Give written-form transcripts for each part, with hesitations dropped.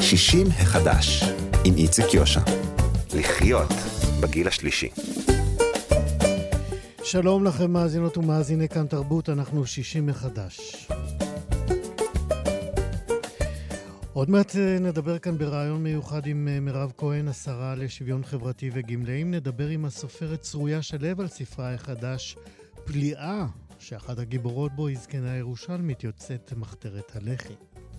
60 החדש, עם איציק יושע. לחיות בגיל השלישי. שלום לכם מאזינות ומאזיני כאן תרבות, אנחנו 60 מחדש. עוד מעט נדבר כאן ברעיון מיוחד עם מירב כהן, השרה לשוויון חברתי וגמלאים. נדבר עם הסופרת צרויה שלו על ספרה החדש פליאה, שאחת הגיבורות בו היא זקנה ירושלמית יוצאת מחתרת הלח"י.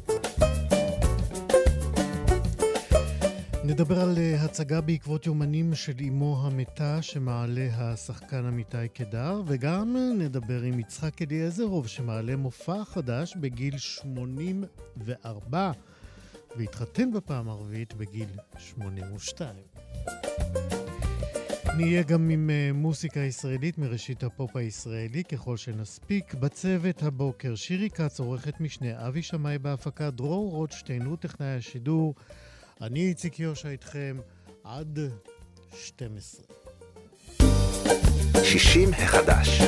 נדבר על הצגה בעקבות יומנים של אמו המתה שמעלה השחקן עמיתי קדר, וגם נדבר עם יצחק אליעזרוב שמעלה מופע חדש בגיל 84 והתחתן בפעם הרביעית בגיל 82. נהיה גם עם מוסיקה ישראלית מראשית הפופ הישראלי ככל שנספיק. בצוות הבוקר שירי כץ עורכת משנה, אבי שמאי בהפקה, דרור רוטשטיין הוא טכנאי השידור. אני איציק יושע איתכם עד 12. 60 החדש.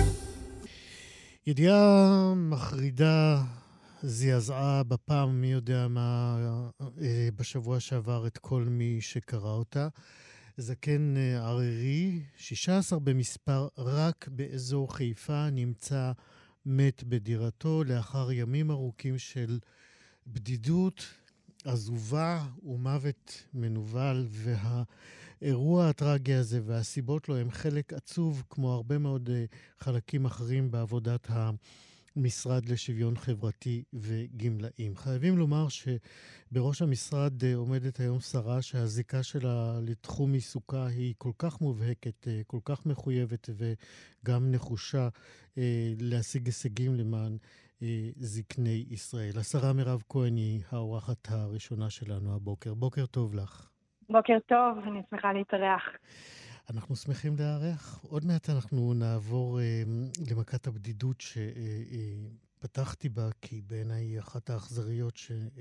ידיעה מחרידה זעזעה בפעם מי יודע מה בשבוע שעבר את כל מי שקרא אותה. זקן ערירי, 16 במספר, רק באזור חיפה, נמצא מת בדירתו לאחר ימים ארוכים של בדידות, עזובה ומוות מנוול. והאירוע הטרגי הזה והסיבות לו הם חלק עצוב כמו הרבה מאוד חלקים אחרים בעבודת המשרד לשוויון חברתי וגמלאים. חייבים לומר שבראש המשרד עומדת היום שרה שהזיקה שלה לתחום עיסוקה היא כל כך מובהקת, כל כך מחויבת וגם נחושה להשיג הישגים למען זקני ישראל. השרה מירב כהן היא האורחת הראשונה שלנו הבוקר. בוקר טוב לך. בוקר טוב, אני שמחה להתארח. אנחנו שמחים לארח. עוד מעט אנחנו נעבור למכת הבדידות שפתחתי בה, כי בעיניי היא אחת האכזריות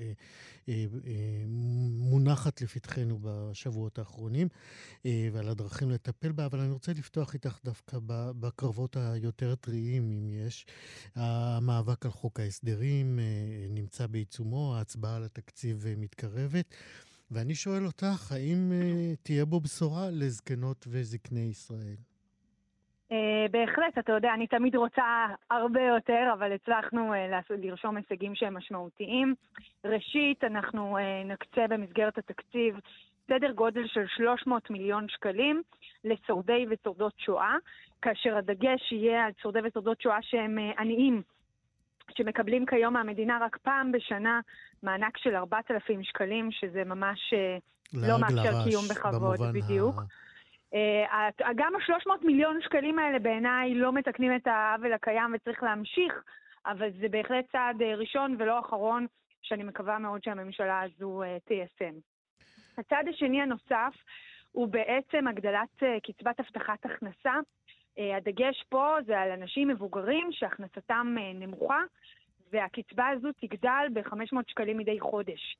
שמונחת לפתחנו בשבועות האחרונים, ועל הדרכים לטפל בה, אבל אני רוצה לפתוח איתך דווקא בקרבות היותר טריים, אם יש. המאבק על חוק ההסדרים נמצא בעיצומו, ההצבעה על התקציב מתקרבת, ואני שואל אותך, האם תהיה בו בשורה לזקנות וזקני ישראל? בהחלט, אתה יודע, אני תמיד רוצה הרבה יותר, אבל הצלחנו לרשום הישגים שהם משמעותיים. ראשית, אנחנו נקצה במסגרת התקציב סדר גודל של 300 מיליון שקלים לשורדי ושורדות שואה, כאשר הדגש יהיה על שורדי ושורדות שואה שהם עניים, שמקבלים כיום מהמדינה רק פעם בשנה מענק של 4,000 שקלים, שזה ממש לא מאפשר קיום בכבוד, בדיוק. גם ה-300 מיליון שקלים האלה בעיניי לא מתקנים את העוול הקיים וצריך להמשיך, אבל זה בהחלט צעד ראשון ולא אחרון שאני מקווה מאוד שהממשלה הזו תיישם. הצעד השני הנוסף הוא בעצם הגדלת קצבת הבטחת הכנסה. הדגש פה זה על אנשים מבוגרים שהכנסתם נמוכה, והקצבה הזו תגדל ב-500 שקלים מדי חודש.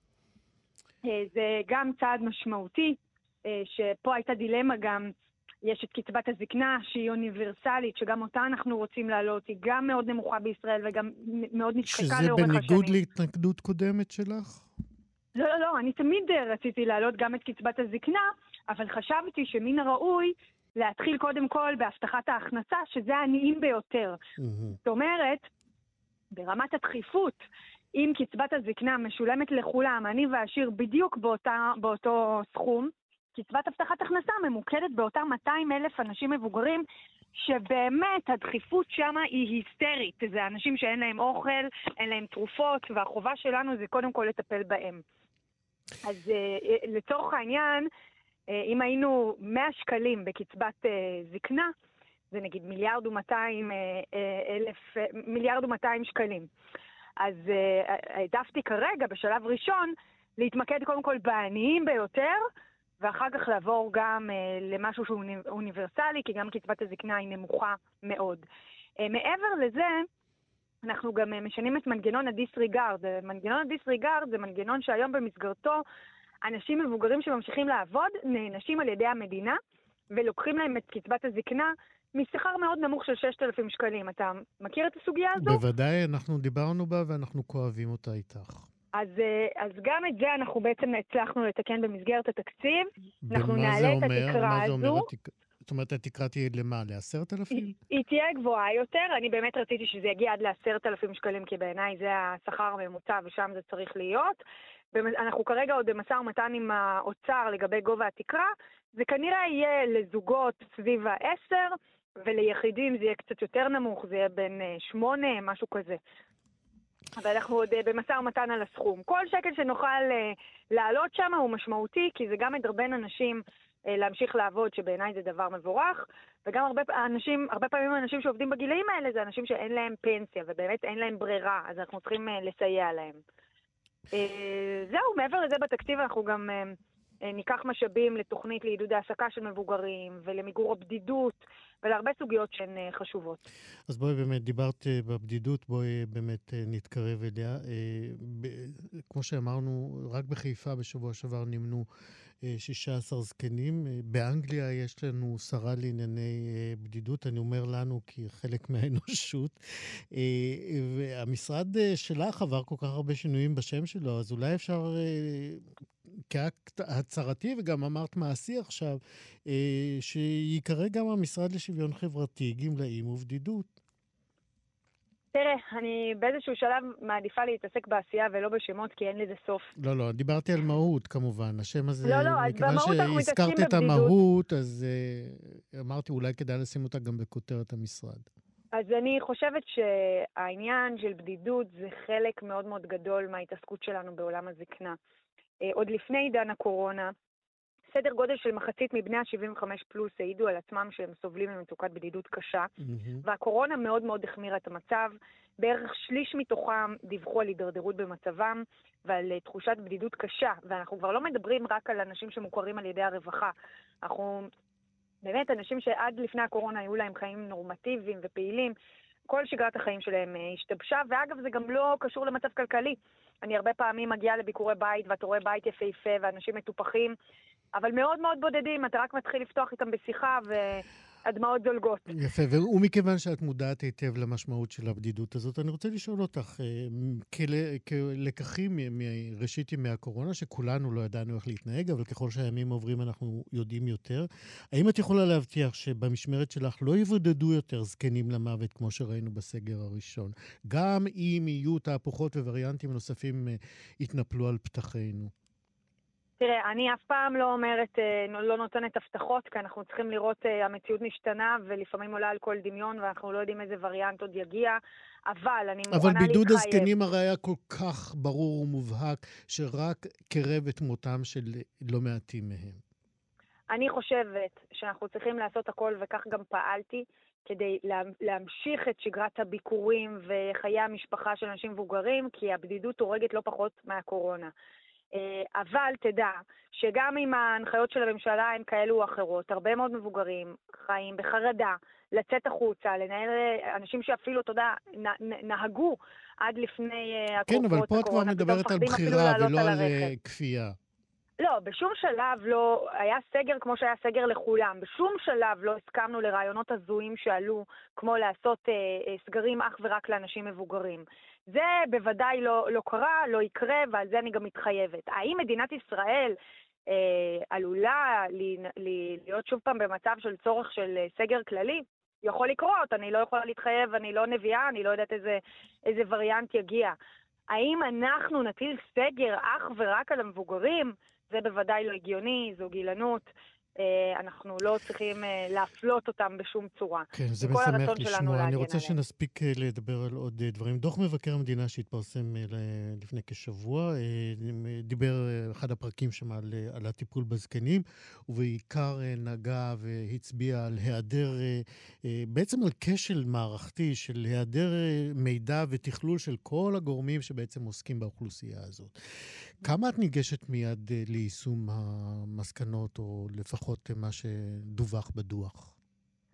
זה גם צעד משמעותי, שפה הייתה דילמה גם, יש את קצבת הזקנה שהיא אוניברסלית, שגם אותה אנחנו רוצים להעלות, היא גם מאוד נמוכה בישראל וגם מאוד נשחקה לאורך השנים. שזה בניגוד להתנגדות קודמת שלך? לא, אני תמיד רציתי להעלות גם את קצבת הזקנה, אבל חשבתי שמן הראוי להתחיל קודם כל בהבטחת ההכנסה, שזה העניים ביותר. זאת אומרת, ברמת הדחיפות, אם קצבת הזקנה משולמת לכולם, עני ועשיר בדיוק באותו סכום, קצבת הבטחת הכנסה ממוקדת באותם 200,000 אנשים מבוגרים, שבאמת הדחיפות שם היא היסטרית. זה אנשים שאין להם אוכל, אין להם תרופות, והחובה שלנו זה קודם כל לטפל בהם. אז לצורך העניין, אם היינו 100 שקלים בקצבת זקנה, זה נגיד 1,200,000 שקלים. אז העדפתי כרגע בשלב ראשון להתמקד קודם כל בעניים ביותר, ואחר כך לעבור גם למשהו שהוא אוניברסלי, כי גם קצבת הזקנה היא נמוכה מאוד. מעבר לזה, אנחנו גם משנים את מנגנון הדיסריגרד. מנגנון הדיסריגרד זה מנגנון שהיום במסגרתו אנשים מבוגרים שממשיכים לעבוד נענשים על ידי המדינה, ולוקחים להם את קצבת הזקנה משכר מאוד נמוך של 6,000 שקלים. אתה מכיר את הסוגיה הזו? בוודאי, אנחנו דיברנו בה ואנחנו כואבים אותה איתך. אז גם את זה אנחנו בעצם הצלחנו לתקן במסגרת התקציב. אנחנו ומה זה נעלה את אומר? התקרה מה זה אומר? הזו. זאת אומרת, התקרה תהיה למה? ל10,000? היא תהיה גבוהה יותר. אני באמת רציתי שזה יגיע עד ל10,000 שקלים, כי בעיניי זה השכר הממוצע ושם זה צריך להיות. אנחנו כרגע עוד במשא ומתן עם האוצר לגבי גובה התקרה. זה כנראה יהיה לזוגות סביב 10, וליחידים זה יהיה קצת יותר נמוך, זה יהיה בין 8, משהו כזה. אבל אנחנו עוד במשא ומתן על הסכום. כל שקל שנוכל לעלות שם הוא משמעותי, כי זה גם מדרבן אנשים להמשיך לעבוד, שבעיניי זה דבר מבורך, וגם הרבה פעמים אנשים שעובדים בגילאים האלה, זה אנשים שאין להם פנסיה, ובאמת אין להם ברירה, אז אנחנו צריכים לסייע להם. זהו, מעבר לזה בתקציב אנחנו גם ניקח משאבים לתוכנית לעידוד העסקה של מבוגרים, ולמיגור הבדידות, ולהרבה סוגיות שהן חשובות. אז בואי באמת, דיברת בבדידות, בואי באמת נתקרב אליה. כמו שאמרנו, רק בחיפה בשבוע שעבר נמנו 16 זקנים. באנגליה יש לנו שרה לענייני בדידות, אני אומר לנו כי חלק מהאנושות. והמשרד שלך עבר כל כך הרבה שינויים בשם שלו, אז אולי אפשר כאקט הצהרתי, וגם אמרת מעשי עכשיו, שיקרא גם המשרד לשוויון חברתי, גמלאים ובדידות. תראה, אני באיזשהו שלב מעדיפה להתעסק בעשייה ולא בשמות, כי אין לזה סוף. לא, דיברתי על מהות כמובן. השם הזה, לא, אז במהות אנחנו מתעסקים שהזכרת את בבדידות. המהות, אז אמרתי אולי כדאי לשים אותה גם בכותרת המשרד. אז אני חושבת שהעניין של בדידות זה חלק מאוד מאוד גדול מההתעסקות שלנו בעולם הזקנה. עוד לפני עידן הקורונה, סדר גודל של מחצית מבני ה-75 פלוס העידו על עצמם שהם סובלים ממצוקת בדידות קשה, והקורונה מאוד מאוד החמירה את המצב. בערך שליש מתוכם דיווחו על הידרדרות במצבם ועל תחושת בדידות קשה, ואנחנו כבר לא מדברים רק על אנשים שמוכרים על ידי הרווחה. אנחנו באמת אנשים שעד לפני הקורונה היו להם חיים נורמטיביים ופעילים, כל שגרת החיים שלהם השתבשה, ואגב זה גם לא קשור למצב כלכלי. אני הרבה פעמים מגיעה לביקורי בית, ואתה רואה בית יפהפה, ואנשים מטופחים, אבל מאוד מאוד בודדים, אתה רק מתחיל לפתוח איתם בשיחה, והדמעות זולגות. יפה, ומכיוון שאת מודעת היטב למשמעות של הבדידות הזאת, אני רוצה לשאול אותך, כלקחים מראשית ימי הקורונה, שכולנו לא ידענו איך להתנהג, אבל ככל שהימים עוברים אנחנו יודעים יותר, האם את יכולה להבטיח שבמשמרת שלך לא יבודדו יותר זקנים למוות, כמו שראינו בסגר הראשון, גם אם יהיו תהפוכות ווריאנטים נוספים יתנפלו על פתחינו? תראה, אני אף פעם לא אומרת, לא נותנת הבטחות, כי אנחנו צריכים לראות המציאות משתנה, ולפעמים עולה על כל דמיון, ואנחנו לא יודעים איזה וריאנט עוד יגיע, אבל אני מוכנה להתחייב. אבל בידוד הזקנים הרי היה כל כך ברור ומובהק, שרק קרב את מותם של לא מעטים מהם. אני חושבת שאנחנו צריכים לעשות הכל, וכך גם פעלתי, כדי להמשיך את שגרת הביקורים וחיי המשפחה של אנשים מבוגרים, כי הבדידות הורגת לא פחות מהקורונה. אבל תדע שגם אם ההנחיות של הממשלה הן כאלו או אחרות, הרבה מאוד מבוגרים חיים בחרדה, לצאת החוצה, לנהל אנשים שאפילו, אתה יודע, נהגו עד לפני כן, אבל פה את כבר מדברת על בחירה ולא על כפייה. לא, בשום שלב לא היה סגר כמו שהיה סגר לכולם. בשום שלב לא הסכמנו לרעיונות הזויים שעלו, כמו לעשות סגרים אך ורק לאנשים מבוגרים. זה בוודאי לא קרה, לא יקרה, ועל זה אני גם מתחייבת. האם מדינת ישראל עלולה להיות שוב פעם במצב של צורך של סגר כללי? יכול לקרות, אני לא יכולה להתחייב, אני לא נביאה, אני לא יודעת איזה וריאנט יגיע. האם אנחנו נטיל סגר אך ורק על המבוגרים? זה בוודאי לא הגיוני, זו גילנות. אנחנו לא צריכים להפלות אותם בשום צורה. כן, זה משמח לשמוע. אני רוצה שנספיק לדבר על עוד דברים. דוח מבקר המדינה שהתפרסם לפני כשבוע, דיבר אחד הפרקים שם על הטיפול בזקנים, ובעיקר נגע והצביע על היעדר, בעצם על כשל מערכתי של היעדר מידע ותכלול של כל הגורמים שבעצם עוסקים באוכלוסייה הזאת. כמה את ניגשת מיד ליישום המסקנות, או לפחות מה שדווח בדוח?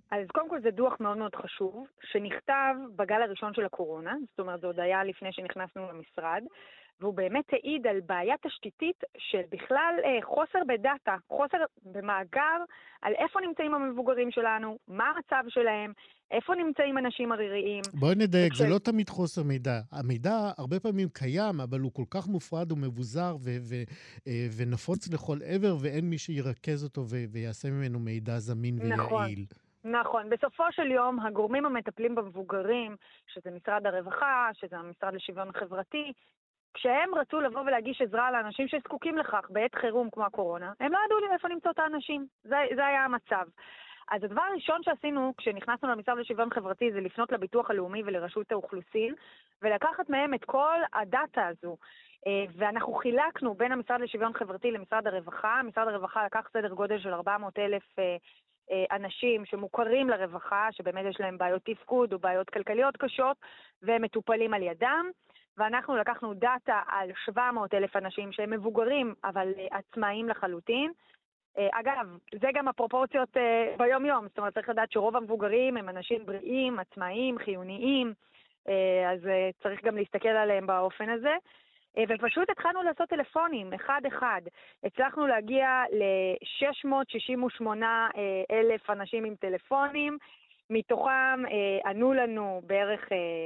אז קודם כל זה דוח מאוד מאוד חשוב, שנכתב בגל הראשון של הקורונה, זאת אומרת, זה עוד היה לפני שנכנסנו למשרד, והוא באמת העיד על בעיה תשתיתית של בכלל חוסר בדאטה, חוסר במאגר על איפה נמצאים המבוגרים שלנו, מה המצב שלהם, איפה נמצאים אנשים עריריים. בואי נדייק, זה לא תמיד חוסר מידע. המידע הרבה פעמים קיים, אבל הוא כל כך מופרד ומבוזר ונפוץ לכל עבר, ואין מי שירכז אותו ויעשה ממנו מידע זמין ויעיל. נכון. בסופו של יום, הגורמים המטפלים במבוגרים, שזה משרד הרווחה, שזה המשרד לשוויון חברתי, כשהם רצו לבוא ולהגיש עזרה לאנשים שזקוקים לכך בעת חירום כמו הקורונה, הם לא ידעו לי איפה למצוא את האנשים. זה היה המצב. אז הדבר הראשון שעשינו כשנכנסנו למשרד לשוויון חברתי זה לפנות לביטוח הלאומי ולרשות האוכלוסין, ולקחת מהם את כל הדאטה הזו. ואנחנו חילקנו בין המשרד לשוויון חברתי למשרד הרווחה. משרד הרווחה לקח סדר גודל של 400,000 אנשים שמוכרים לרווחה, שבאמת יש להם בעיות תפקוד או בעיות כלכליות קשות, והם מטופלים על ידם. ואנחנו לקחנו דאטה על 700,000 אנשים שהם מבוגרים, אבל עצמאיים לחלוטין. אגב, זה גם הפרופורציות ביום-יום. זאת אומרת, צריך לדעת שרוב המבוגרים הם אנשים בריאים, עצמאיים, חיוניים, אז צריך גם להסתכל עליהם באופן הזה. ופשוט התחלנו לעשות טלפונים, אחד-אחד. הצלחנו להגיע ל-668,000 אנשים עם טלפונים, מתוכם ענו לנו בערך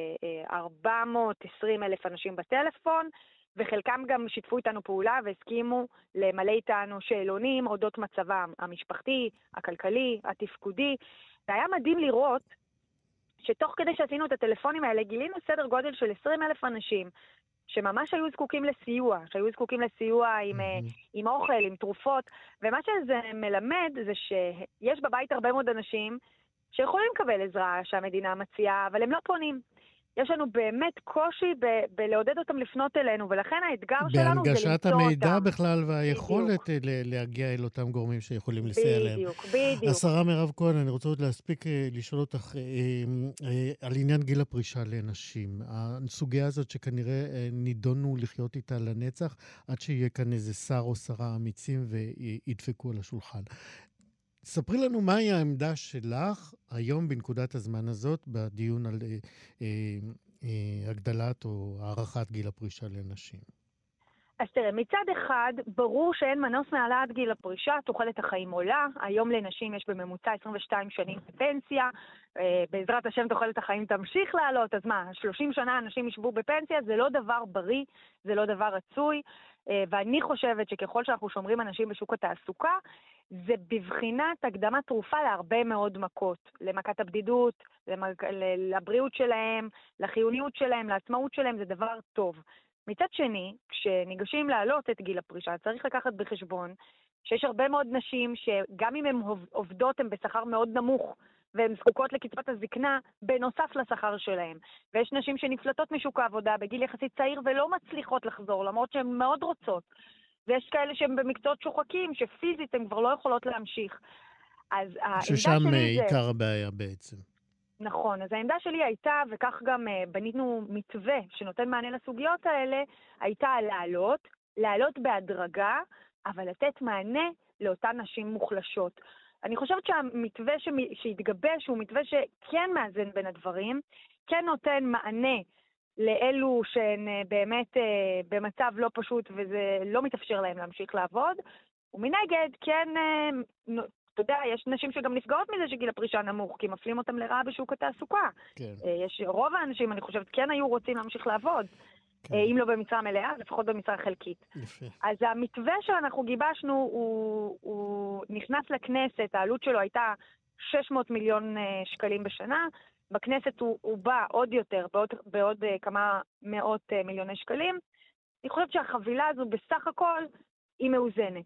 420,000 אנשים בטלפון, וחלקם גם שיתפו איתנו פעולה והסכימו למלא איתנו שאלונים אודות מצבם המשפחתי, הכלכלי, התפקודי. זה היה מדהים לראות שתוך כדי שעשינו את הטלפונים האלה, גילינו סדר גודל של 20,000 אנשים, שממש היו זקוקים לסיוע, עם אוכל, עם תרופות, ומה שזה מלמד זה שיש בבית הרבה מאוד אנשים שיכולים לקבל עזרה שהמדינה מציעה, אבל הם לא פונים. יש לנו באמת קושי בלעודד אותם לפנות אלינו, ולכן האתגר שלנו זה למצוא אותם. בהנגשת המידע בכלל והיכולת להגיע אל אותם גורמים שיכולים לסייע להם. בדיוק. השרה מירב כהן, אני רוצה עוד להספיק לשאול אותך על עניין גיל הפרישה לנשים. הסוגיה הזאת שכנראה נידונו לחיות איתה לנצח, עד שיהיה כאן איזה שר או שרה אמיצים וידפקו על השולחן. ספרי לנו מהי העמדה שלך היום בנקודת הזמן הזאת בדיון על הגדלת או הערכת גיל הפרישה לנשים. אז תראה, מצד אחד, ברור שאין מנוס מהעלאת גיל הפרישה, תוחלת החיים עולה, היום לנשים יש בממוצע 22 שנים בפנסיה, בעזרת השם תוחלת החיים תמשיך לעלות, אז מה, 30 שנה אנשים ישבו בפנסיה, זה לא דבר בריא, זה לא דבר רצוי, ואני חושבת שככל שאנחנו שומרים אנשים בשוק התעסוקה, זה בבחינת הקדמת תרופה להרבה מאוד מכות, למכת הבדידות, לבריאות שלהם, לחיוניות שלהם, לעצמאות שלהם, זה דבר טוב. מצד שני, כשניגשים להעלות את גיל הפרישה, צריך לקחת בחשבון שיש הרבה מאוד נשים שגם אם הן עובדות הן בשכר מאוד נמוך, והן זקוקות לקצבת הזקנה בנוסף לשכר שלהן. ויש נשים שנפלטות משוק העבודה בגיל יחסית צעיר ולא מצליחות לחזור, למרות שהן מאוד רוצות. ויש כאלה שהן במקצועות שוחקים, שפיזית הן כבר לא יכולות להמשיך. אז ששם עיקר הבעיה בעצם. נכון, אז העמדה שלי הייתה, וכך גם בנינו מתווה שנותן מענה לסוגיות האלה, הייתה לעלות בהדרגה, אבל לתת מענה לאותן נשים מוחלשות. אני חושבת שהמתווה שהתגבש הוא מתווה שכן מאזן בין הדברים, כן נותן מענה לאלו שהן באמת במצב לא פשוט וזה לא מתאפשר להם להמשיך לעבוד, ומנגד כן, אתה יודע, יש נשים שגם נפגעות מזה שגיל הפרישה נמוך, כי מפלים אותם לרעה בשוק התעסוקה. כן. רוב האנשים, אני חושבת, כן היו רוצים להמשיך לעבוד. כן. אם לא במשרה מלאה, לפחות במשרה חלקית. יפה. אז המתווה שאנחנו גיבשנו, הוא נכנס לכנסת, העלות שלו הייתה 600 מיליון שקלים בשנה, בכנסת הוא בא עוד יותר, בעוד כמה מאות מיליוני שקלים. אני חושבת שהחבילה הזו בסך הכל היא מאוזנת.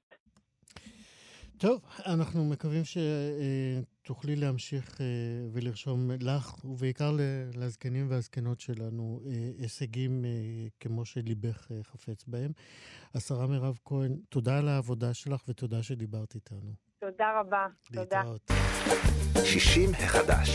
טוב, אנחנו מקווים שתוכלי להמשיך ולרשום לך, ובעיקר לזקנים והזקנות שלנו, הישגים כמו שליבך חפץ בהם. השרה מירב כהן, תודה על העבודה שלך ותודה שדיברת איתנו. תודה רבה. להתראות. 60 החדש.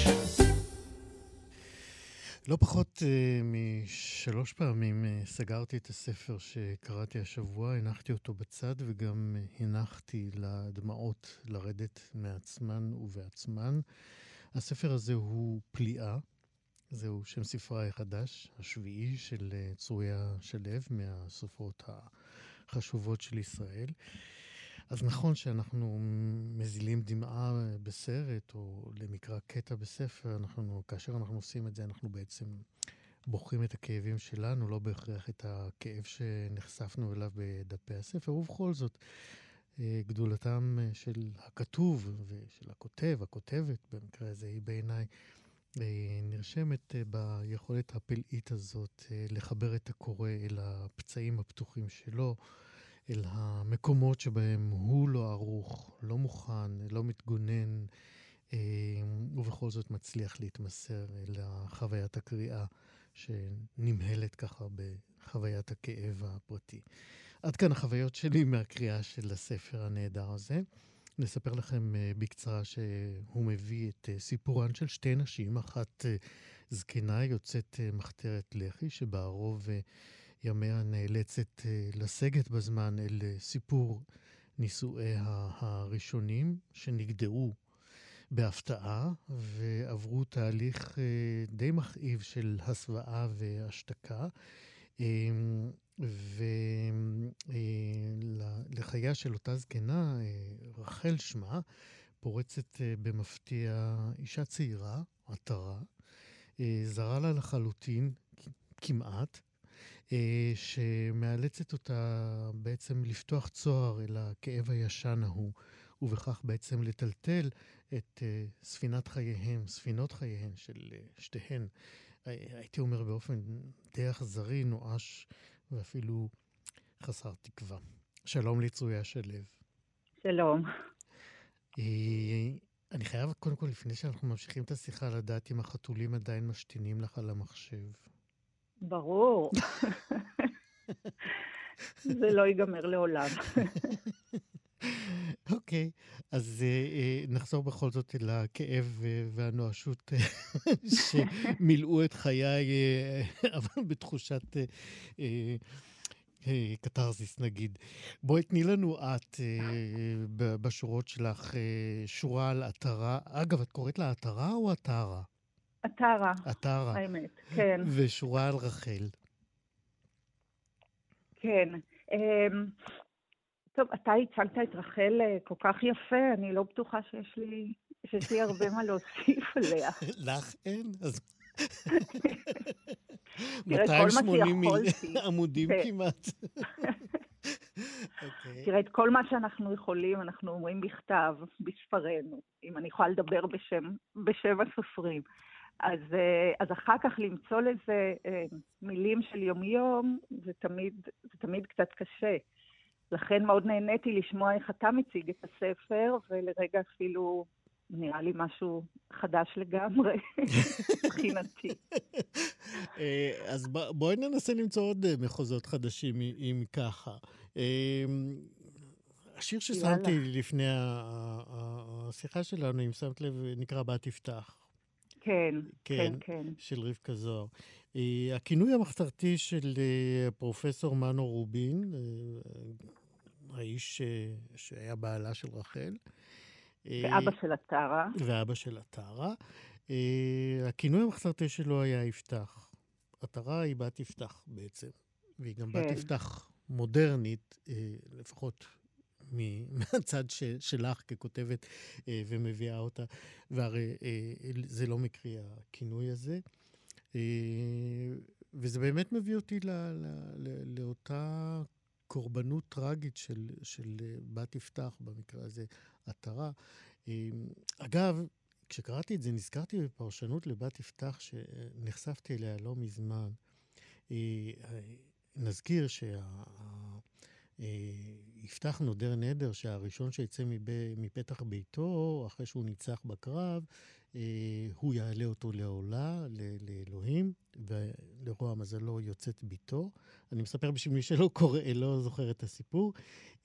לא פחות מ3 פעמים סגרתי את הספר שקראתי השבוע, הנחתי אותו בצד וגם הנחתי לדמעות לרדת מעצמן ובעצמן. הספר הזה הוא פליאה, זהו שם ספרה החדש, השביעי של צרויה שלו, מהסופרות החשובות של ישראל. אז נכון שאנחנו מזילים דמעה בסרט, או למקרא קטע בספר, כאשר אנחנו עושים את זה, אנחנו בעצם בוחרים את הכאבים שלנו, לא בהכרח את הכאב שנחשפנו אליו בדפי הספר, ובכל זאת, גדולתם של הכתוב ושל הכותב, הכותבת, במקרה הזה היא בעיניי, נרשמת ביכולת הפלאית הזאת לחבר את הקורא אל הפצעים הפתוחים שלו, אל המקומות שבהם הוא לא ערוך, לא מוכן, לא מתגונן, ובכל זאת מצליח להתמסר אל חוויית הקריאה שנמהלת ככה בחוויית הכאב הפרטי. עד כאן החוויות שלי מהקריאה של הספר הנהדר הזה. נספר לכם בקצרה שהוא מביא את סיפורן של שתי נשים, אחת זקנה יוצאת מחתרת לחי, שבערוב ימיה נאלצת לסגת בזמן אל סיפור נישואיה הראשונים, שנגדעו בהפתעה ועברו תהליך די מכאיב של הסוואה והשתקה, ולחייה של אותה זקנה, רחל שמה, פורצת במפתיע אישה צעירה, עטרה, זרה לה לחלוטין, כמעט, שמאלצת אותה בעצם לפתוח צוהר אל הכאב הישן ההוא, ובכך בעצם לטלטל את ספינות חייהן של שתיהן. הייתי אומר באופן די אכזרי, נואש ואפילו חסר תקווה. שלום לצרויה שלו. שלום. אני חייב קודם כל, לפני שאנחנו ממשיכים את השיחה, לדעת אם החתולים עדיין משתינים לך על המחשב. ברור. זה לא ייגמר לעולם. אוקיי, אז נחזור בכל זאת אל הכאב והנואשות שמילאו את חיי, אבל בתחושת קתרזיס נגיד. בואי תני לנו את בשורות שלך שורה על עטרה. אגב, את קוראת לה עטרה או עטרה? עטרה. עטרה. האמת, כן. ושורה על רחל. כן. טוב, אתה הצגת את רחל כל כך יפה, אני לא בטוחה שיש לי הרבה מה להוסיף עליה. לך אין? אז 280 עמודים כמעט. תראה, את כל מה שאנחנו יכולים, אנחנו אומרים בכתב, בספרנו, אם אני יכולה לדבר בשם הסופרים. אז אחר כך למצוא לזה מילים של יום-יום, זה תמיד קצת קשה. לכן מאוד נהניתי לשמוע איך אתה מציג את הספר, ולרגע אפילו נראה לי משהו חדש לגמרי, מבחינתי. אז בואי ננסה למצוא עוד מחוזות חדשים, אם ככה. השיר ששמתי לפני השיחה שלנו, אם שמת לב, נקרא בת יפתח. כן. של רבקה זוהר. הכינוי המחתרתי של פרופסור מנו רובין, האיש שהיה בעלה של רחל. ואבא של עטרה. הכינוי המחתרתי שלו היה יפתח. עטרה היא בת יפתח בעצם. והיא גם בת יפתח מודרנית, לפחות מהצד שלך ככותבת ומביאה אותה, והרי זה לא מקרי הכינוי הזה, וזה באמת מביא אותי לאותה קורבנות טרגית של בת יפתח, במקרה הזה עטרה. אגב, כשקראתי את זה, נזכרתי בפרשנות לבת יפתח שנחשפתי אליה לא מזמן. נזכיר יפתח נודר נדר, שהראשון שיצא מפתח ביתו, אחרי שהוא ניצח בקרב, הוא יעלה אותו לעולה, לאלוהים, ולרוע מזלו יוצאת ביתו. אני מספר בשביל מי שלא קורא, לא זוכר את הסיפור.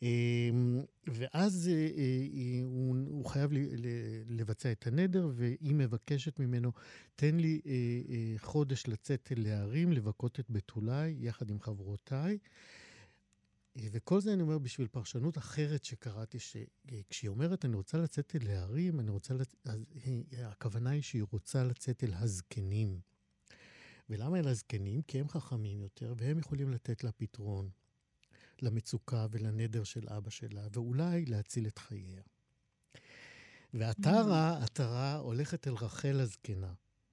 ואז הוא חייב לבצע את הנדר, והיא מבקשת ממנו, תן לי חודש לצאת להרים, לבכות את בתולי, יחד עם חברותיי. וכל זה אני אומר בשביל פרשנות אחרת שקראתי, שכשהיא אומרת, אני רוצה לצאת אל ההרים, הכוונה היא שהיא רוצה לצאת אל הזקנים. ולמה אל הזקנים? כי הם חכמים יותר, והם יכולים לתת לה פתרון, למצוקה ולנדר של אבא שלה, ואולי להציל את חייה. והתרה הולכת אל רחל הזקנה.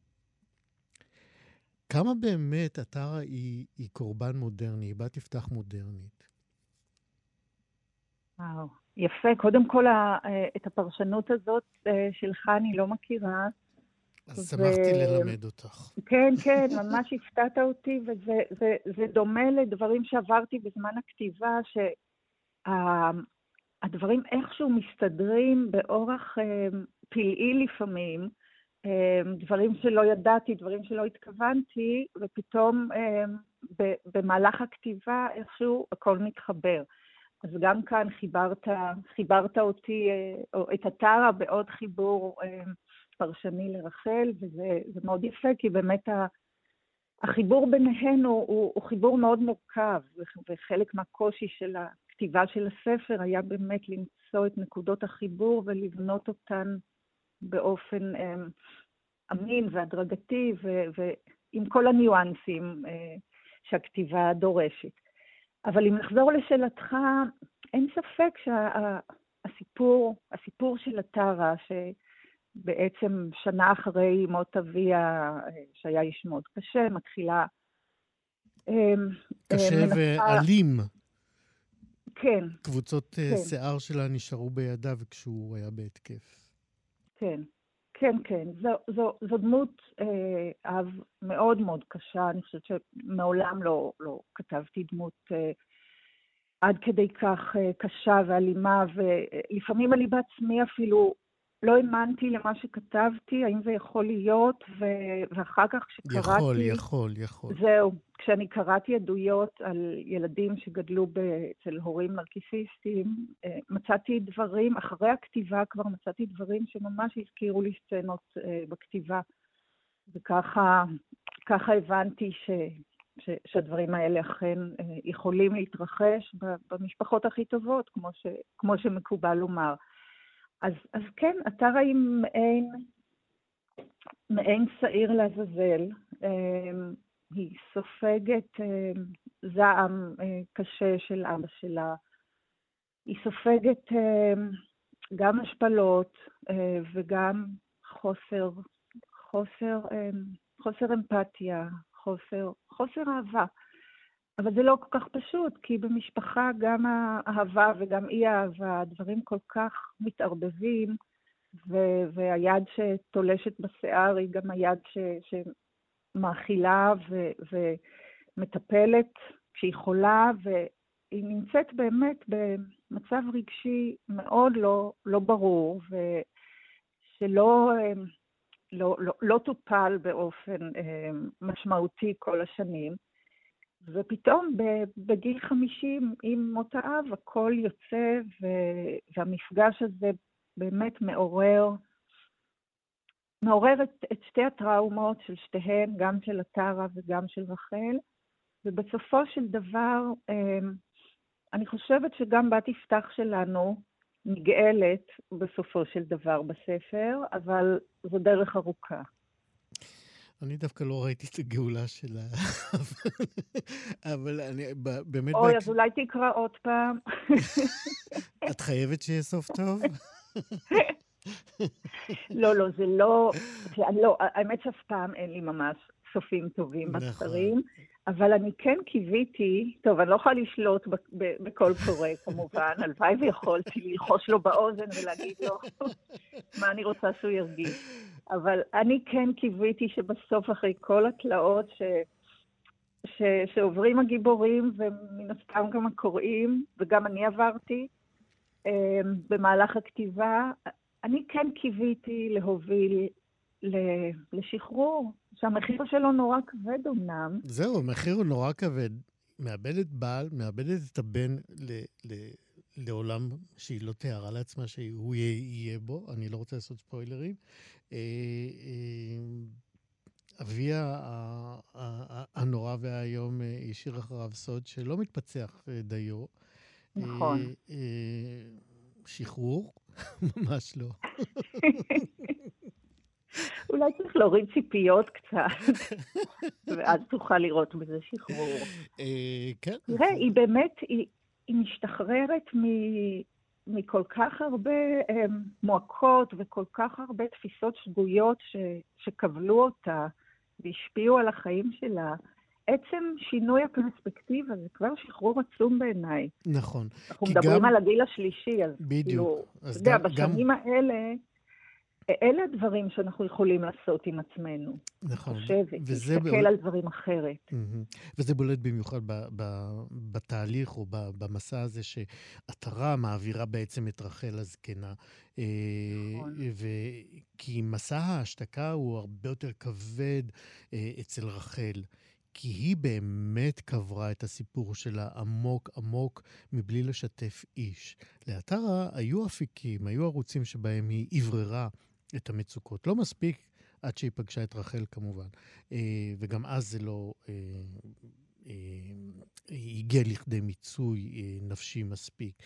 כמה באמת התרה היא קורבן מודרני, היא בת יפתח מודרנית? וואו, יפה. קודם כל, את הפרשנות הזאת שלך אני לא מכירה. אז שמחתי ללמד אותך. כן, כן, ממש הפתעת אותי, וזה דומה לדברים שעברתי בזמן הכתיבה, שהדברים איכשהו מסתדרים באורח פלאי לפעמים, דברים שלא ידעתי, דברים שלא התכוונתי, ופתאום במהלך הכתיבה איכשהו הכל מתחבר. אז גם כאן חיברת אותי, או את התרה בעוד חיבור פרשני לרחל, וזה מאוד יפה, כי באמת החיבור ביניהן הוא חיבור מאוד מורכב, וחלק מהקושי של הכתיבה של הספר היה באמת למצוא את נקודות החיבור ולבנות אותן באופן אמין והדרגתי, ועם כל הניואנסים שהכתיבה דורשת. אבל אם נחזור לשאלתך, אין ספק שהסיפור של התרה, שבעצם שנה אחרי מות אביה, שהיה איש מאוד קשה, מתחילה... קשה ואלים. כן. קבוצות שיער שלה נשארו בידיו כשהוא היה בהתקף. כן, כן, כן. זו דמות אב מאוד מאוד קשה. אני חושבת שמעולם לא כתבתי דמות עד כדי כך קשה ואלימה, ולפעמים אני בעצמי אפילו לא האמנתי למה שכתבתי, האם זה יכול להיות, ואחר כך כשקראתי... יכול. זהו, כשאני קראתי עדויות על ילדים שגדלו אצל הורים נרקיסיסטים, מצאתי דברים, אחרי הכתיבה כבר מצאתי דברים שממש הזכירו לי סצנות בכתיבה, וככה הבנתי שהדברים האלה אכן יכולים להתרחש במשפחות הכי טובות, כמו שמקובל לומר. אז כן, התרה היא מעין שעיר לעזאזל, היא סופגת זעם קשה של אבא שלה, היא סופגת גם השפלות וגם חוסר אמפתיה, חוסר אהבה. אבל זה לא כל כך פשוט, כי במשפחה גם האהבה וגם אי האהבה, הדברים כל כך מתערבבים, והיד שתולשת בשיער היא גם היד שמאכילה ומטפלת כשהיא חולה, והיא נמצאת באמת במצב רגשי מאוד לא ברור, ושלא לא טופל באופן משמעותי כל השנים. ופתאום בגיל 50 עם מות האב הכל יוצא, והמפגש הזה באמת מעורר את שתי הטראומות של שתיהן, גם של התרה וגם של רחל, ובסופו של דבר אני חושבת שגם בת יפתח שלנו נגאלת בסופו של דבר בספר, אבל זו דרך ארוכה. אני דווקא לא ראיתי את הגאולה שלה, אבל אני באמת... אוי, אז אולי תקרא עוד פעם. את חייבת שיהיה סוף טוב? לא, זה לא... האמת שאף פעם אין לי ממש סופים טובים בספרים, אבל אני כן קיוויתי, טוב, אני לא יכולה לשלוט בכל קורא כמובן, הלוואי ויכולתי ללחוש לו באוזן ולהגיד לו מה אני רוצה שהוא ירגיש. אבל אני כן קיוויתי שבסוף אחרי כל התלאות שעוברים הגיבורים, ומן הסתם גם הקוראים, וגם אני עברתי במהלך הכתיבה, אני כן קיוויתי להוביל לשחרור, שהמחיר שלו נורא כבד אמנם. זהו, המחיר הוא נורא כבד. מאבדת בעל, מאבדת את הבן לעולם שהיא לא תיארה לעצמה שהוא יהיה בו, אני לא רוצה לעשות ספוילרים. אביה הנורא והיום השאיר אחריו סוד שלא מתפצח דיו, נכון. שחרור? ממש לא. אולי צריך להוריד ציפיות קצת, ואז תוכל לראות בזה שחרור. כן. תראה, היא באמת, היא משתחררת מכל כך הרבה מועקות וכל כך הרבה תפיסות שגויות שקבלו אותה והשפיעו על החיים שלה. עצם שינוי הפרספקטיבה זה כבר שחרור עצום בעיניי. נכון. אנחנו מדברים על הגיל השלישי, אז בדיוק. כאילו, אתה יודע, בשנים האלה, אלה הדברים שאנחנו יכולים לעשות עם עצמנו. נכון. חושבת, להסתכל על דברים אחרת. וזה בולט במיוחד בתהליך או במסע הזה שהתרה מעבירה בעצם את רחל הזקנה. נכון. כי מסע ההשתקה הוא הרבה יותר כבד אצל רחל. כי היא באמת קברה את הסיפור שלה עמוק עמוק מבלי לשתף איש. לאתרה היו אפיקים, היו ערוצים שבהם היא עבררה את המצוקות. לא מספיק עד שהיא פגשה את רחל כמובן. וגם אז זה לא הגיע לכדי מיצוי נפשי מספיק.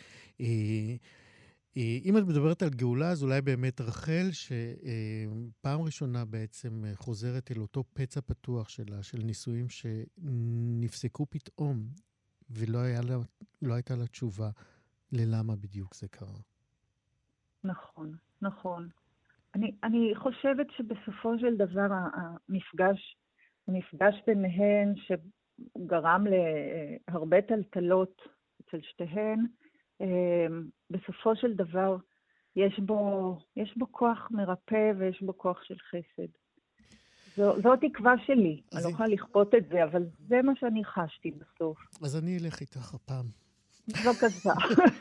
אם את מדברת על גאולה, אז אולי באמת רחל, שפעם ראשונה בעצם חוזרת אל אותו פצע פתוח שלה, של נישואים שנפסקו פתאום, ולא הייתה לה תשובה ללמה בדיוק זה קרה. נכון, נכון. אני חושבת שבסופו של דבר המפגש ביניהן שגרם להרבה טלטלות אצל שתיהן, בסופו של דבר יש בו כוח מרפא ויש בו כוח של חסד. זו התקווה שלי. אני לא יכולה לכפות את זה, אבל זה מה שאני חשתי בסוף. אז אני אלך איתך הפעם. בבקשה.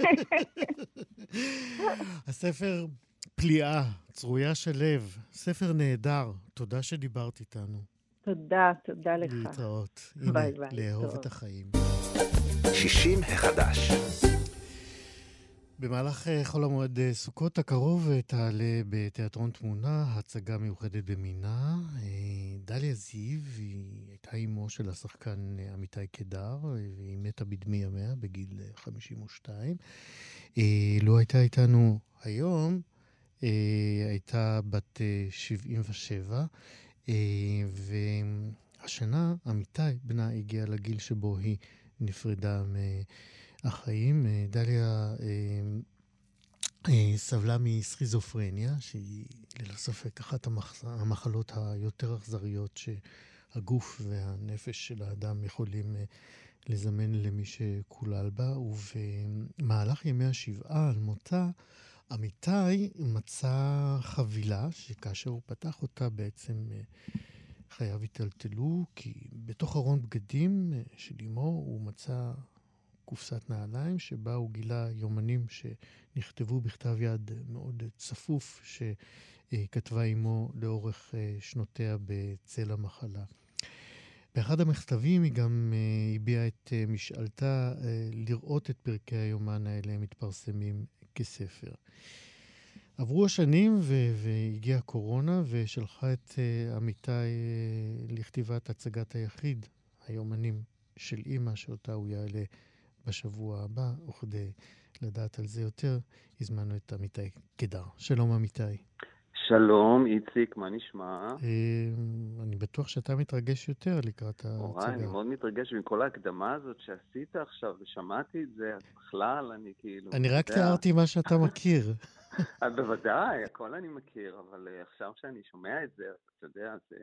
הספר פליאה, צרויה של לב, ספר נהדר. תודה שדיברת איתנו. תודה לך. להתראות. ביי, הנה, לאהוב את החיים. 60 החדש. במהלך חול המועד סוכות הקרוב תעלה בתיאטרון תמונה הצגה מיוחדת במינה. דליה זיו, היא הייתה אימו של השחקן אמיתי קדר, והיא מתה בדמי ימיה בגיל 52. לא הייתה איתנו היום, הייתה בת 77, והשנה אמיתי בנה הגיע לגיל שבו היא נפרדה החיים. דליה סבלה מסכיזופרניה, שהיא ללא ספק אחת המחלות היותר אכזריות שהגוף והנפש של האדם יכולים לזמן למי שכולל בה. ובמהלך ימי השבעה על מותה, אמיתי מצא חבילה שכאשר הוא פתח אותה בעצם חייו התלתלו, כי בתוך ארון בגדים של אמו הוא מצא קופסת נעליים שבה הוא גילה יומנים שנכתבו בכתב יד מאוד צפוף שכתבה אמו לאורך שנותיה בצל המחלה. באחד המכתבים היא גם הביעה את משאלתה לראות את פרקי היומן האלה מתפרסמים כספר. עברו השנים והגיעה הקורונה ושלחה את אמיתי לכתיבת הצגת היחיד, היומנים של אמא, שאותה הוא יעלה בשבוע הבא, וכדי לדעת על זה יותר, הזמנו את אמיתי קדר. שלום אמיתי. שלום, איציק, מה נשמע? אני בטוח שאתה מתרגש יותר לקראת ההצגה. אני מאוד מתרגש עם כל ההקדמה הזאת שעשית עכשיו, ושמעתי את זה, אז בכלל אני כאילו... אני רק תיארתי מה שאתה מכיר. בוודאי, הכל אני מכיר, אבל עכשיו שאני שומע את זה, אתה יודע, זה...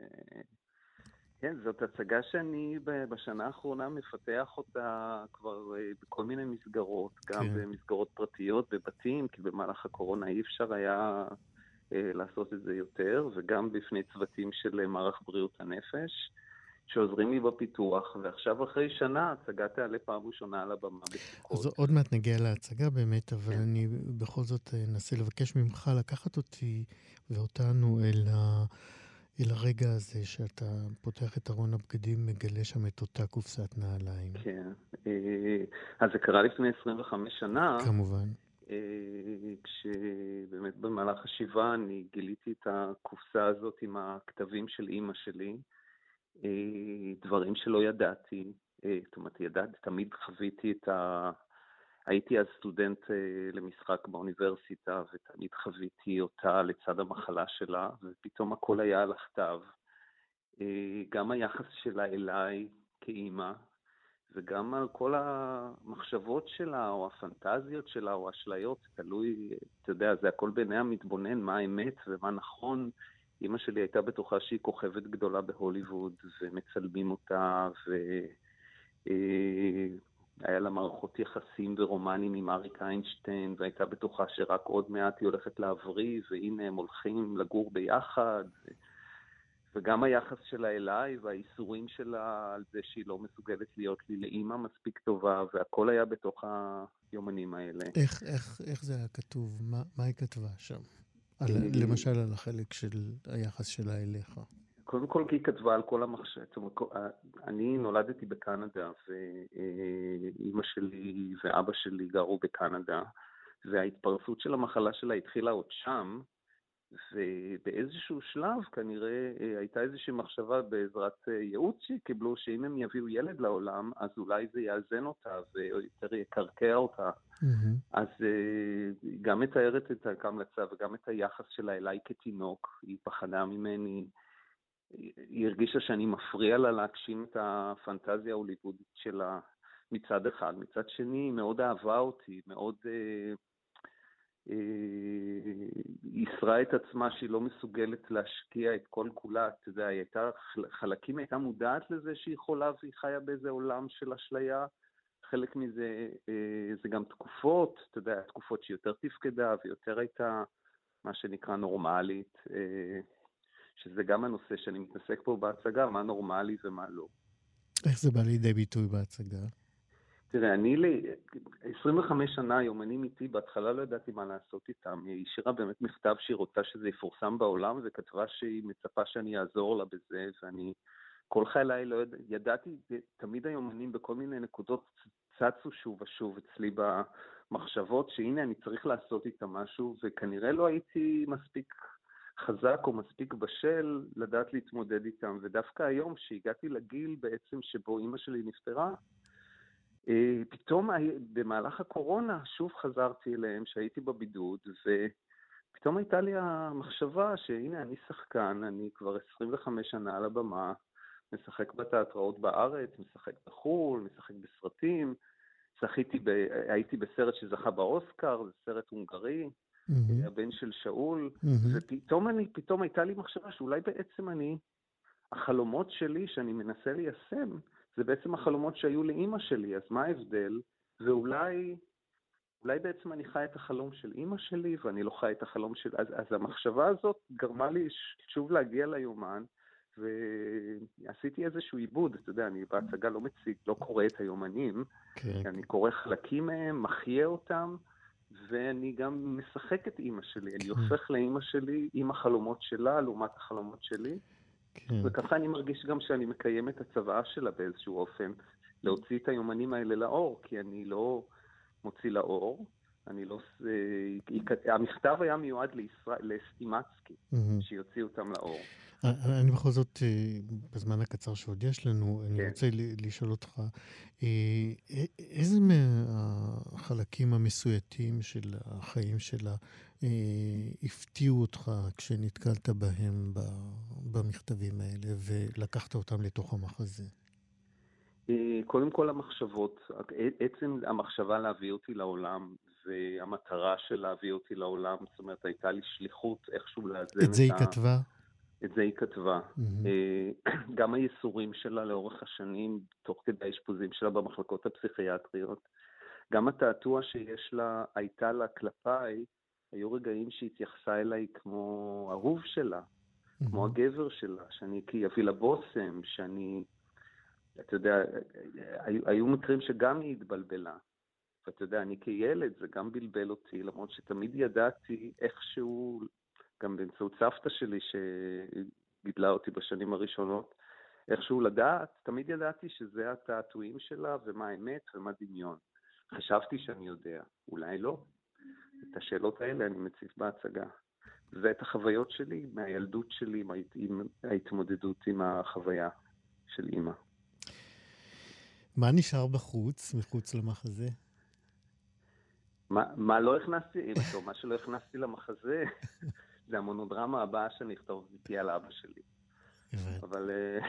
כן, זאת הצגה שאני בשנה האחרונה מפתח אותה כבר בכל מיני מסגרות, גם במסגרות פרטיות, בבתים, כי במהלך הקורונה אי אפשר היה לעשות את זה יותר, וגם בפני צוותים של מערך בריאות הנפש, שעוזרים לי בפיתוח, ועכשיו אחרי שנה הצגה תעלה פעם ראשונה על הבמה בסוכות. אז עוד מעט נגיע להצגה באמת, אבל אני בכל זאת אנסה לבקש ממך לקחת אותי ואותנו אל הרגע הזה שאתה פותח את ארון הבגדים, מגלה שם את אותה קופסת נעליים. כן, אז זה קרה לפני 25 שנה. כמובן. כשבאמת במהלך השבעה אני גיליתי את הקופסה הזאת עם הכתבים של אמא שלי, דברים שלא ידעתי, זאת אומרת, תמיד חוויתי הייתי אז סטודנט למשחק באוניברסיטה, ותמיד חוויתי אותה לצד המחלה שלה, ופתאום הכל היה על הכתב. גם היחס שלה אליי כאימא, וגם על כל המחשבות שלה, או הפנטזיות שלה, או אשליות, תלוי, אתה יודע, זה הכל בעיני המתבונן, מה האמת ומה נכון. אמא שלי הייתה בטוחה שהיא כוכבת גדולה בהוליווד, ומצלמים אותה, היה לה מערכות יחסים ורומנים עם אריק איינשטיין, והייתה בטוחה שרק עוד מעט היא הולכת להבריא, והנה הם הולכים לגור ביחד. וגם היחס שלה אליי והאיסורים שלה על זה שהיא לא מסוגלת להיות לי לאמא מספיק טובה, והכל היה בתוך היומנים האלה. איך זה היה כתוב? מה היא כתבה שם? למשל על החלק של היחס שלה אליך. קודם כל, כי היא כתבה על כל המחשב. אני נולדתי בקנדה, ואימא שלי ואבא שלי גרו בקנדה, וההתפרצות של המחלה שלה התחילה עוד שם, ובאיזשהו שלב כנראה הייתה איזושהי מחשבה בעזרת ייעוץ שקיבלו שאם הם יביאו ילד לעולם, אז אולי זה יאזן אותה ויותר יקרקע אותה. אז היא גם מתארת את ההמלצה וגם את היחס שלה אליי כתינוק. היא פחדה ממני, היא הרגישה שאני מפריע לה להגשים את הפנטזיה ההוליוודית שלה מצד אחד. מצד שני, היא מאוד אהבה אותי, מאוד ישרה את עצמה שהיא לא מסוגלת להשקיע את כל כולה. אתה יודע, היא הייתה, חלקים הייתה מודעת לזה שהיא חולה והיא חיה באיזה עולם של אשליה. חלק מזה זה גם תקופות, אתה יודע, תקופות שיותר תפקדה ויותר הייתה מה שנקרא נורמלית, שזה גם הנושא שאני מתעסק פה בהצגה, מה נורמלי ומה לא. איך זה בא לידי ביטוי בהצגה? תראה, אני 25 שנה יומנים איתי, בהתחלה לא ידעתי מה לעשות איתם. היא השאירה באמת מכתב שהיא רוצה שזה יפורסם בעולם, וכתבה שהיא מצפה שאני אעזור לה בזה, ואני כל חיי לא ידעתי, תמיד היומנים בכל מיני נקודות צצו שוב ושוב אצלי במחשבות, שהנה אני צריך לעשות איתם משהו, וכנראה לא הייתי מספיק חזק או מספיק בשל לדעת להתמודד איתם, ודווקא היום שהגעתי לגיל בעצם שבו אמא שלי נפטרה, פתאום במהלך הקורונה שוב חזרתי אליהם שהייתי בבידוד, ופתאום הייתה לי המחשבה שהנה אני שחקן, אני כבר 25 שנה על הבמה, משחק בתיאטראות בארץ, משחק בחו"ל, משחק בסרטים, הייתי בסרט שזכה באוסקר, זה סרט הונגרי, הבן של שאול, ופתאום הייתה לי מחשבה שאולי בעצם החלומות שלי שאני מנסה ליישם, זה בעצם החלומות שהיו לאמא שלי, אז מה ההבדל? ואולי בעצם אני חי את החלום של אמא שלי, ואני לא חי את החלום של... אז המחשבה הזאת גרמה לי שוב להגיע ליומן, ועשיתי איזשהו עיבוד, אתה יודע, אני בהצגה לא מציג, לא קורא את היומנים, אני קורא חלקים מהם, מחיה אותם, ואני גם משחק את אמא שלי, אני הופך לאמא שלי עם החלומות שלה, לעומת החלומות שלי, וככה אני מרגיש גם שאני מקיים את הצוואה שלה באיזשהו אופן, להוציא את היומנים האלה לאור, כי אני לא מוציא לאור, המכתב היה מיועד לסטימצקי, שיוציא אותם לאור. אני בכל זאת, בזמן הקצר שעוד יש לנו, אני רוצה לשאול אותך, איזה מהחלקים המסויטים של החיים שלה הפתיעו אותך כשנתקלת בהם במכתבים האלה ולקחת אותם לתוך המחזה? קודם כל המחשבות, עצם המחשבה להביא אותי לעולם, והמטרה של להביא אותי לעולם, זאת אומרת, הייתה לי שליחות איכשהו לאזן את זה היא כתבה? את זה היא כתבה. גם הייסורים שלה לאורך השנים, תוך כדי האשפוזים שלה במחלקות הפסיכיאטריות, גם התעתוע שיש לה, הייתה לה כלפיי, היו רגעים שהתייחסה אליי כמו אהוב שלה, כמו הגבר שלה, שאני כיביא לבוסם, שאני, אתה יודע, היו מקרים שגם היא התבלבלה. ואתה יודע, אני כילד, זה גם בלבל אותי, למרות שתמיד ידעתי איכשהו, גם באמצעות סבתא שלי שגידלה אותי בשנים הראשונות, איכשהו לדעת, תמיד ידעתי שזה התעתועים שלה ומה האמת ומה דמיון. חשבתי שאני יודע, אולי לא. את השאלות האלה אני מציף בהצגה. ואת החוויות שלי, מהילדות שלי, עם ההתמודדות עם החוויה של אמא. מה נשאר בחוץ, מחוץ למחזה? מה לא הכנסתי? מה שלא הכנסתי למחזה, זה המונודרמה הבאה שאני אכתוב איתי על אבא שלי. אבל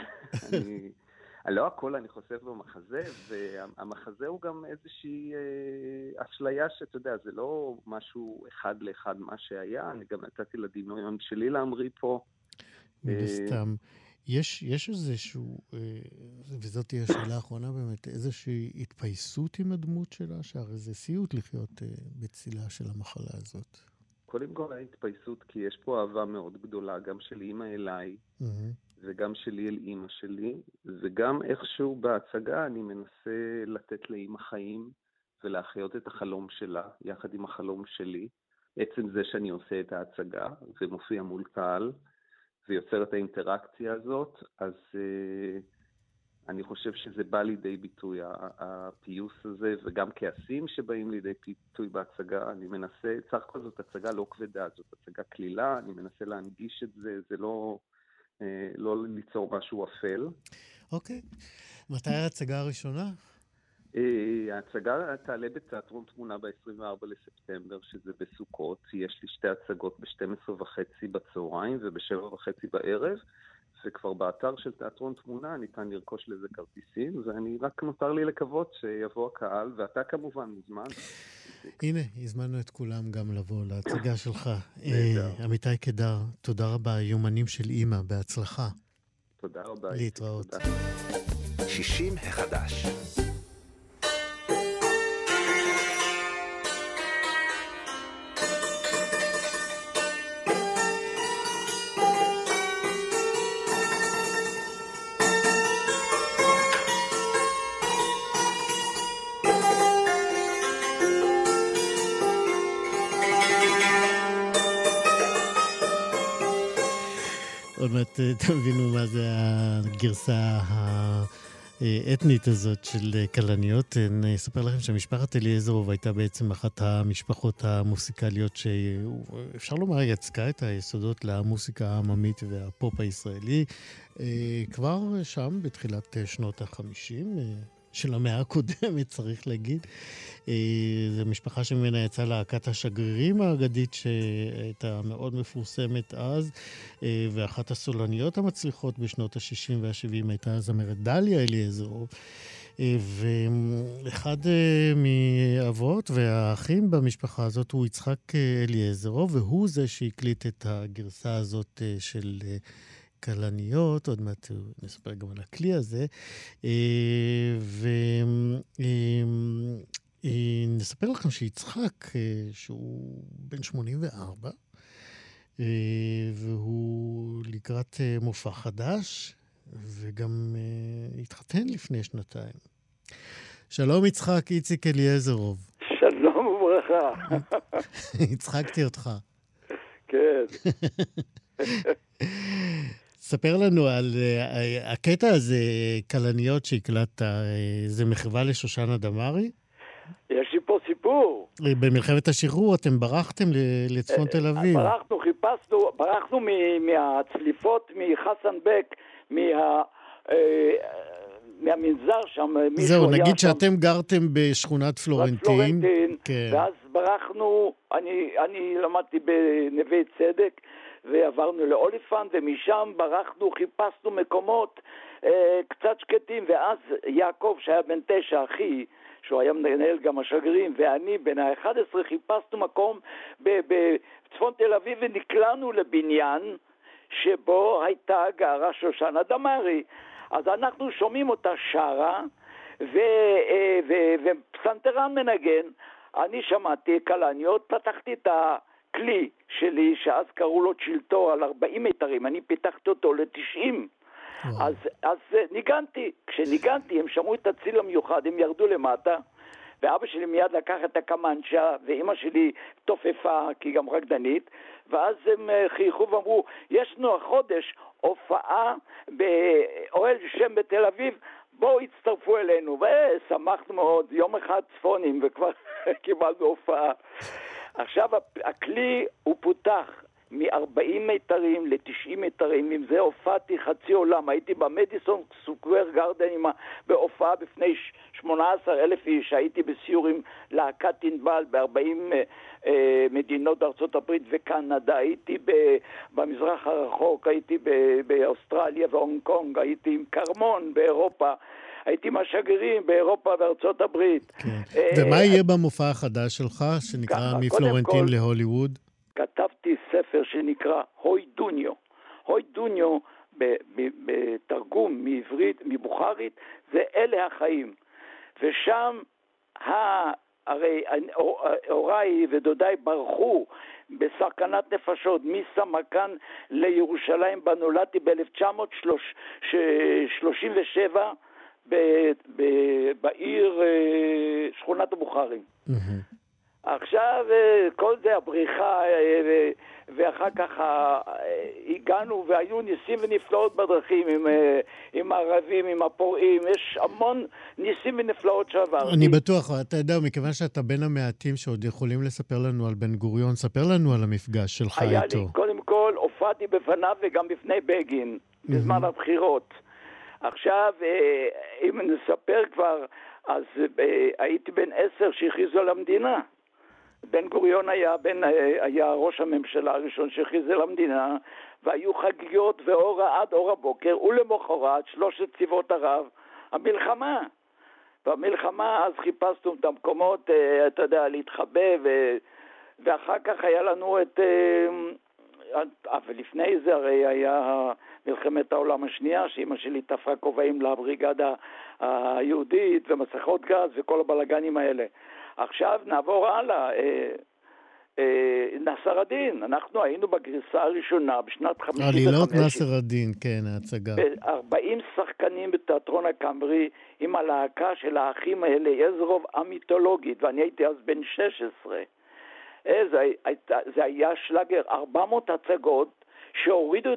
לא הכל אני חושף במחזה, והמחזה הוא גם איזושהי אשליה שאתה יודע, זה לא משהו אחד לאחד מה שהיה, אני גם נתתי לדמיון שלי להמריא פה. מן הסתם. יש איזשהו, וזאת תהיה השאלה האחרונה באמת, איזושהי התפייסות עם הדמות שלה, שהרי זה סיוט לחיות בצילה של המחלה הזאת. קודם כל ההתפייסות, כי יש פה אהבה מאוד גדולה, גם של אמא אליי, וגם שלי אל אמא שלי, וגם איכשהו בהצגה אני מנסה לתת לאמא חיים, ולהחיות את החלום שלה, יחד עם החלום שלי. עצם זה שאני עושה את ההצגה, ומופיע מול קהל, ויוצר את האינטראקציה הזאת, אז אני חושב שזה בא לידי ביטוי, הפיוס הזה, וגם כעסים שבאים לידי ביטוי בהצגה. אני מנסה, צריך כל זאת הצגה לא כבדה, זאת הצגה כלילה, אני מנסה להנגיש את זה, זה לא ליצור משהו אפל. אוקיי. מתי ההצגה הראשונה? ההצגה תעלה בתיאטרון תמונה ב-24 לספטמבר, שזה בסוכות. יש לי 2 הצגות ב-12:30 בצהריים וב-7:30 בערב, וכבר באתר של תיאטרון תמונה ניתן לרכוש לזה כרטיסים, ואני רק נותר לי לקוות שיבוא הקהל, ואתה כמובן מוזמן. הנה, הזמנו את כולם גם לבוא להצגה שלך. עמיתי קדר, תודה רבה, יומנים של אמא, בהצלחה. תודה רבה. להתראות. 60 החדש. עוד מעט תבינו מה זה הגרסה האתנית הזאת של כלניות. אני אספר לכם שמשפחת אליעזרוב הייתה בעצם אחת המשפחות המוסיקליות שאפשר לומר יצקה את היסודות למוסיקה העממית והפופ הישראלי כבר שם בתחילת שנות ה-50 של המאה הקודמת, צריך להגיד. זו משפחה שממנה יצאה להקת השגרירים האגדית שהייתה מאוד מפורסמת אז, ואחת הסולניות המצליחות בשנות ה-60 וה-70 הייתה הזמרת דליה אליעזרוב. ואחד מאבות והאחים במשפחה הזאת הוא יצחק אליעזרוב, והוא זה שהקליט את הגרסה הזאת של כלניות. עוד מעט נספר גם על הכלי הזה. נספר לכם שיצחק, שהוא בן 84, והוא לקראת מופע חדש, וגם התחתן לפני 2 שנתיים. שלום יצחק, איציק אליעזרוב. שלום וברכה. הצחקתי אותך. כן. ספר לנו על הקטע הזה, כלניות שהקלטת, זה מחווה לשושנה דמארי? יש לי פה סיפור. במלחמת השחרור אתם ברחתם לצפון תל אביב. ברחנו מהצליפות, מחסן בק, מהמנזר שם. זהו, נגיד שאתם גרתם בשכונת פלורנטין. כן. ואז ברחנו, אני למדתי בנווה צדק, ועברנו לאוליפן, ומשם ברחנו, חיפשנו מקומות קצת שקטים, ואז יעקב, שהיה בן 9, אחי, שהוא היה מנהל גם השגרירים, ואני בן ה-11 חיפשנו מקום בצפון תל אביב, ונקלענו לבניין שבו הייתה גרה שושנה דמארי. אז אנחנו שומעים אותה שרה, ופסנתרן מנגן. אני שמעתי כלניות, פתחתי את הכלי שלי, שאז קראו לו צ'ילטור, על 40 מיתרים, אני פיתחתי אותו ל-90. אז ניגנתי. כשניגנתי, הם שמעו את הציל המיוחד, הם ירדו למטה, ואבא שלי מיד לקח את הקמנצ'ה, ואמא שלי תופפה, כי גם רקדנית, ואז הם חייכו ואמרו, יש לנו החודש הופעה באוהל שם בתל אביב, בואו הצטרפו אלינו, ושמחנו מאוד, יום אחד צפונים, וכבר קיבלנו הופעה. עכשיו הכלי הוא פותח, מ-40 מיתרים ל-90 מיתרים, עם זה הופעתי חצי עולם, הייתי במדיסון סקוואר גארדן בהופעה בפני 18,000 איש, הייתי בסיור עם להקת ענבל ב-40 מדינות בארצות הברית וקנדה, הייתי במזרח הרחוק, הייתי באוסטרליה והונג קונג, הייתי עם קרמון באירופה, הייתי עם השגרירים באירופה וארצות הברית. ומה יהיה במופע החדש שלך, שנקרא מפלורנטין להוליווד? כתבתי ספר שנקרא הוי דוניו. הוי דוניו בתרגום מעברית, מבוכרית, זה אלה החיים. ושם הרי הוריי ודודיי ברחו בסכנת נפשות מסמקן לירושלים, נולדתי ב-1937 בעיר שכונת הבוכרים. עכשיו כל זה הבריחה, ואחר כך הגענו והיו ניסים ונפלאות בדרכים עם הערבים, עם הפורעים, יש המון ניסים ונפלאות שעברתי. אני בטוח, אתה יודע, מכיוון שאתה בין המעטים שעוד יכולים לספר לנו על בן גוריון, ספר לנו על המפגש שלך איתו. היה לי, קודם כל, הופעתי בפניו וגם בפני בגין, בזמן הבחירות. עכשיו, אם נספר כבר, אז הייתי בן 10 שהכריזו על המדינה. בן גוריון היה ראש הממשלה הראשון שהכריז על המדינה, והיו חגיגות ואורה עד אור הבוקר, ולמחרת 3 צבאות ערב, המלחמה. במלחמה אז חיפשנו את המקומות, אתה יודע, להתחבא, ואחר כך היה לנו ולפני זה הרי היה מלחמת העולם השנייה, שאמא שלי תפרה כובעים לבריגדה היהודית ומסכות גז וכל הבלגנים האלה. עכשיו נעבור הלאה, נאסר א-דין, אנחנו היינו בגרסה הראשונה בשנת 55. עלילות נאסר א-דין, כן, ההצגה. 40 שחקנים בתיאטרון הקאמרי עם הלהקה של האחים האלה, יזרוב המיתולוגית, ואני הייתי אז בן 16. זה היה שלגר, 400 הצגות שהורידו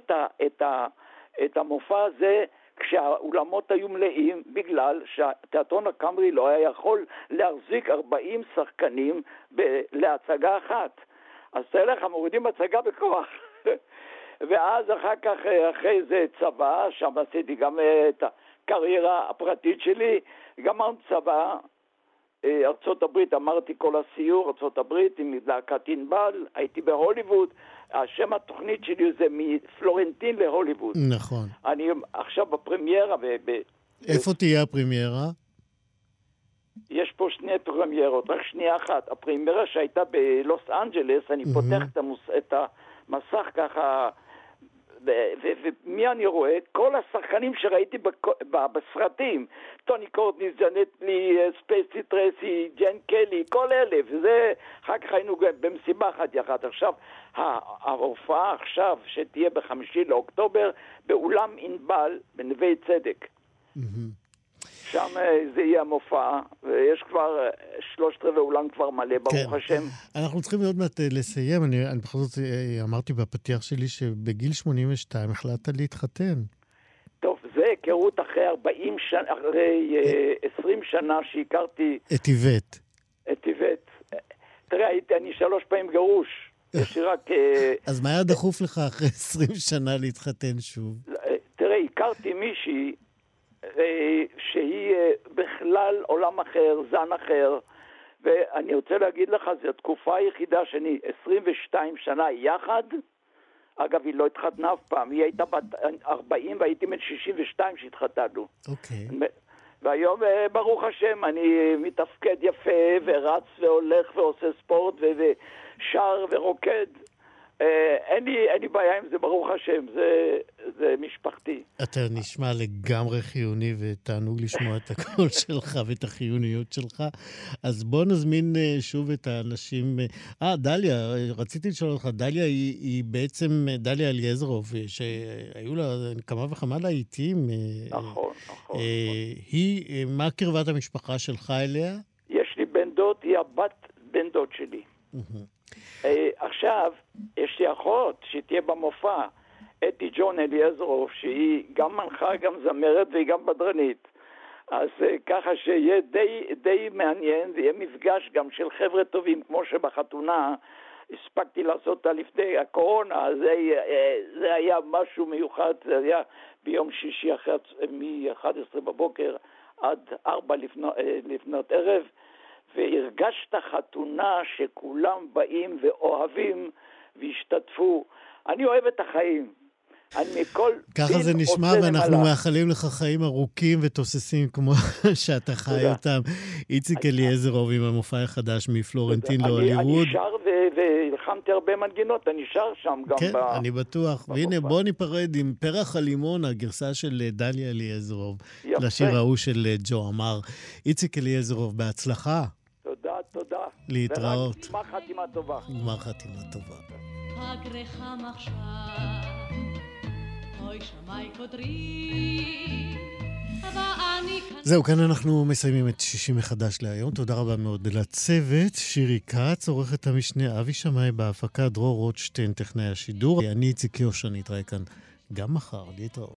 את המופע הזה כשהאולמות היו מלאים, בגלל שהתיאטרון הקאמרי לא היה יכול להחזיק 40 שחקנים להצגה אחת. אז תלך, מורידים הצגה בכוח. ואז אחר כך, אחרי זה צבא, שם עשיתי גם את הקריירה הפרטית שלי, גם צבא, ארצות הברית, אמרתי כל הסיור, ארצות הברית, עם להקת ענבל, הייתי בהוליווד, השם התוכנית שלי זה מפלורנטין להוליווד. נכון. אני עכשיו בפרמיירה. איפה תהיה הפרמיירה? יש פה 2 פרמיירות, רק שנייה אחת. הפרמיירה שהייתה בלוס אנג'לס, אני פותח את המסך ככה, ומי אני רואה? כל השחקנים שראיתי בסרטים, טוני קורטני, ז'נטלי, ספייסי טרסי, ג'ן קלי, כל אלה, וזה, אחר כך היינו במסיבה אחת יחד. עכשיו, ההופעה עכשיו שתהיה ב5 לאוקטובר, באולם ענבל, בנווה צדק. שם זה יהיה המופע, ויש כבר 3/4 אולם כבר מלא, ברוך השם. אנחנו צריכים עוד מעט לסיים. אני בכל זאת אמרתי בפתיח שלי שבגיל 82 החלטת להתחתן. טוב, זה היכרות אחרי 40 שנה, אחרי 20 שנה שהכרתי... את איבט. את איבט. תראה, אני 3 פעמים גרוש. יש לי רק... אז מה היה דחוף לך אחרי 20 שנה להתחתן שוב? תראה, הכרתי מישהי שהיא בכלל עולם אחר, זן אחר, ואני רוצה להגיד לך, זו התקופה היחידה שאני 22 שנה יחד. אגב, היא לא התחתנה אף פעם, היא הייתה בת 40 והייתי בן 62 שהתחתנו. אוקיי. והיום, ברוך השם, אני מתפקד יפה ורץ והולך ועושה ספורט ושר ורוקד. אין לי בעיה עם זה, ברוך השם, זה משפחתי. אתה נשמע לגמרי חיוני, ותענוג לשמוע את הקול שלך ואת החיוניות שלך. אז בוא נזמין שוב את האנשים. דליה, רציתי לשאול אותך, דליה היא בעצם דליה אליעזרוב, שהיו לה כמה וכמה להיטים. נכון. היא, מה קרבת המשפחה שלך אליה? יש לי בן דוד, היא הבת בן דוד שלי. עכשיו, יש לי אחות שתהיה במופע, אתי ג'ון אליעזרוב, שהיא גם מנחה, גם זמרת והיא גם בדרנית. אז ככה שיהיה די מעניין, ויהיה מפגש גם של חבר'ה טובים, כמו שבחתונה הספקתי לעשות אותה לפני הקורונה, זה היה משהו מיוחד, זה היה ביום שישי מ-11 בבוקר עד 4 לפנות ערב, והרגשת חתונה שכולם באים ואוהבים והשתתפו. אני אוהב את החיים. ככה זה נשמע, ואנחנו מאחלים לך חיים ארוכים ותוססים כמו שאתה חי אותם. איציק אליעזרוב עם המופע החדש מפלורנטין להוליווד. אני שר והלחמתי הרבה מנגינות, אני שר שם גם. כן, אני בטוח. והנה בוא ניפרד עם פרח הלימון, הגרסה של דליה אליעזרוב, לשיר ההוא של ג'ו אמר. איציק אליעזרוב, בהצלחה. תודה. להתראות. גמר חתימה טובה. גמר חתימה טובה. הגרחה מחשב אוי שמי קודרי. זהו, כאן אנחנו מסיימים את 60 מחדש להיום. תודה רבה מאוד לצוות, שירי כץ, עורכת המשנה אבי שמאי, בהפקה דרור רוטשטיין, טכנאי השידור. אני איציק יושע, נתראה כאן גם מחר, להתראות.